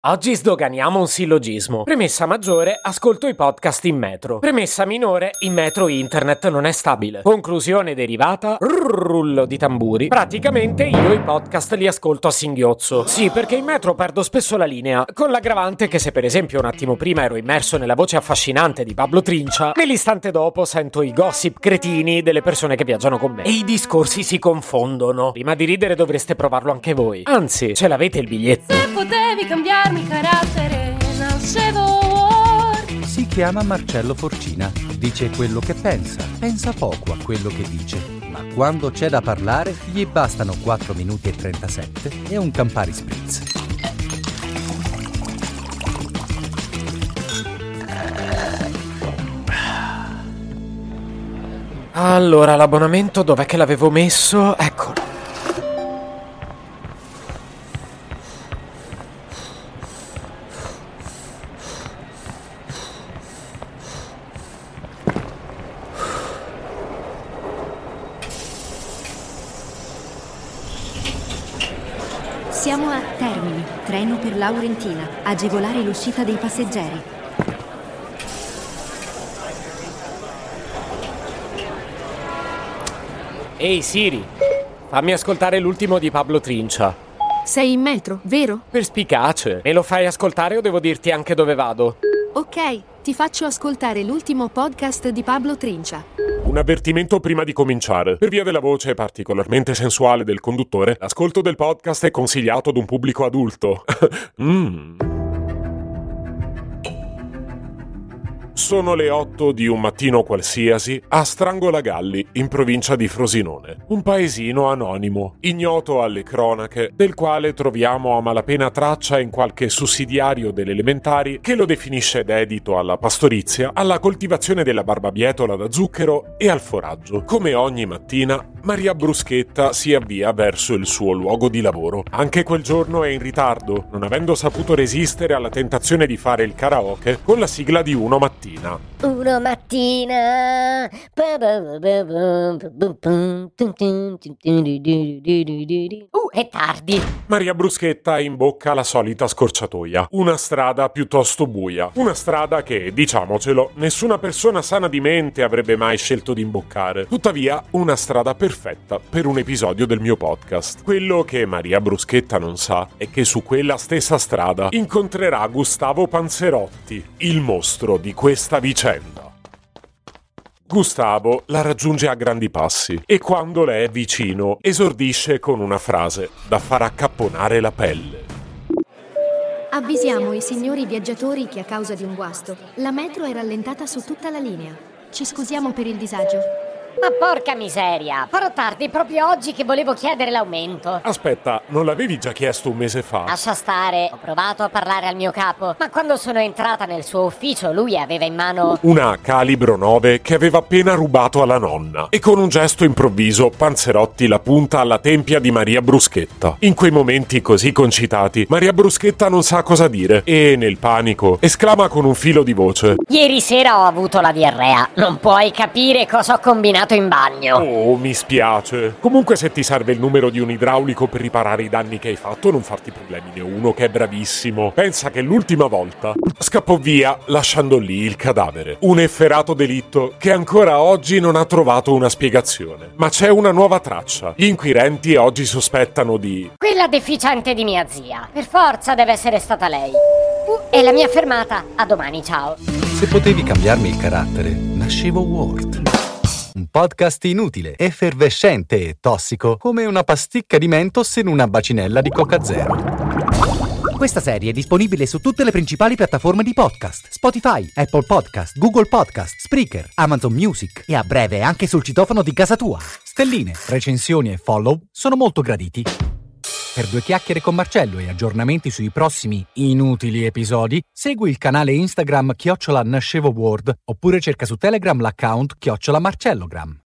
Oggi sdoganiamo un sillogismo. Premessa maggiore, ascolto i podcast in metro. Premessa minore, in metro internet non è stabile. Conclusione derivata, rullo di tamburi. Praticamente io i podcast li ascolto a singhiozzo. Sì, perché in metro perdo spesso la linea, con l'aggravante che se per esempio un attimo prima ero immerso nella voce affascinante di Pablo Trincia, nell'istante dopo sento i gossip cretini delle persone che viaggiano con me. E i discorsi si confondono. Prima di ridere dovreste provarlo anche voi. Anzi, ce l'avete il biglietto. Se potevi cambiarmi carattere, nascevo Ward. Si chiama Marcello Forcina, dice quello che pensa poco a quello che dice, ma quando c'è da parlare gli bastano 4 minuti e 37 e un Campari Spritz. Allora, l'abbonamento dov'è che l'avevo messo? Eccolo. Siamo a Termini, treno per Laurentina, agevolare l'uscita dei passeggeri. Ehi Siri, fammi ascoltare l'ultimo di Pablo Trincia. Sei in metro, vero? Perspicace, me lo fai ascoltare o devo dirti anche dove vado? Ok, ti faccio ascoltare l'ultimo podcast di Pablo Trincia. Un avvertimento prima di cominciare. Per via della voce particolarmente sensuale del conduttore, l'ascolto del podcast è consigliato ad un pubblico adulto. Sono le 8 di un mattino qualsiasi a Strangolagalli, in provincia di Frosinone. Un paesino anonimo, ignoto alle cronache, del quale troviamo a malapena traccia in qualche sussidiario delle elementari che lo definisce dedito alla pastorizia, alla coltivazione della barbabietola da zucchero e al foraggio. Come ogni mattina, Maria Bruschetta si avvia verso il suo luogo di lavoro. Anche quel giorno è in ritardo, non avendo saputo resistere alla tentazione di fare il karaoke con la sigla di Uno Mattina. Uno mattina. È tardi. Maria Bruschetta imbocca la solita scorciatoia. Una strada piuttosto buia. Una strada che, diciamocelo, nessuna persona sana di mente avrebbe mai scelto di imboccare. Tuttavia, una strada perfetta per un episodio del mio podcast. Quello che Maria Bruschetta non sa è che su quella stessa strada incontrerà Gustavo Panzerotti, il mostro di questa vicenda. Gustavo la raggiunge a grandi passi e quando le è vicino esordisce con una frase da far accapponare la pelle. Avvisiamo i signori viaggiatori che a causa di un guasto, la metro è rallentata su tutta la linea. Ci scusiamo per il disagio. Ma porca miseria, farò tardi proprio oggi che volevo chiedere l'aumento. Aspetta, non l'avevi già chiesto un mese fa? Lascia stare, ho provato a parlare al mio capo, ma quando sono entrata nel suo ufficio lui aveva in mano una calibro 9 che aveva appena rubato alla nonna e con un gesto improvviso Panzerotti la punta alla tempia di Maria Bruschetta. In quei momenti così concitati, Maria Bruschetta non sa cosa dire e nel panico esclama con un filo di voce: ieri sera ho avuto la diarrea, non puoi capire cosa ho combinato in bagno. Oh, mi spiace. Comunque se ti serve il numero di un idraulico per riparare i danni che hai fatto, non farti problemi, ne ho uno che è bravissimo. Pensa che l'ultima volta scappò via lasciando lì il cadavere. Un efferato delitto che ancora oggi non ha trovato una spiegazione. Ma c'è una nuova traccia. Gli inquirenti oggi sospettano di quella deficiente di mia zia. Per forza deve essere stata lei. È la mia fermata. A domani, ciao. Se potevi cambiarmi il carattere, nascevo Ward. Un podcast inutile, effervescente e tossico, come una pasticca di Mentos in una bacinella di Coca Zero. Questa serie è disponibile su tutte le principali piattaforme di podcast: Spotify, Apple Podcast, Google Podcast, Spreaker, Amazon Music e a breve anche sul citofono di casa tua. Stelline, recensioni e follow sono molto graditi. Per 2 chiacchiere con Marcello e aggiornamenti sui prossimi inutili episodi, segui il canale Instagram @NascevoWord oppure cerca su Telegram l'account @MarcelloGram.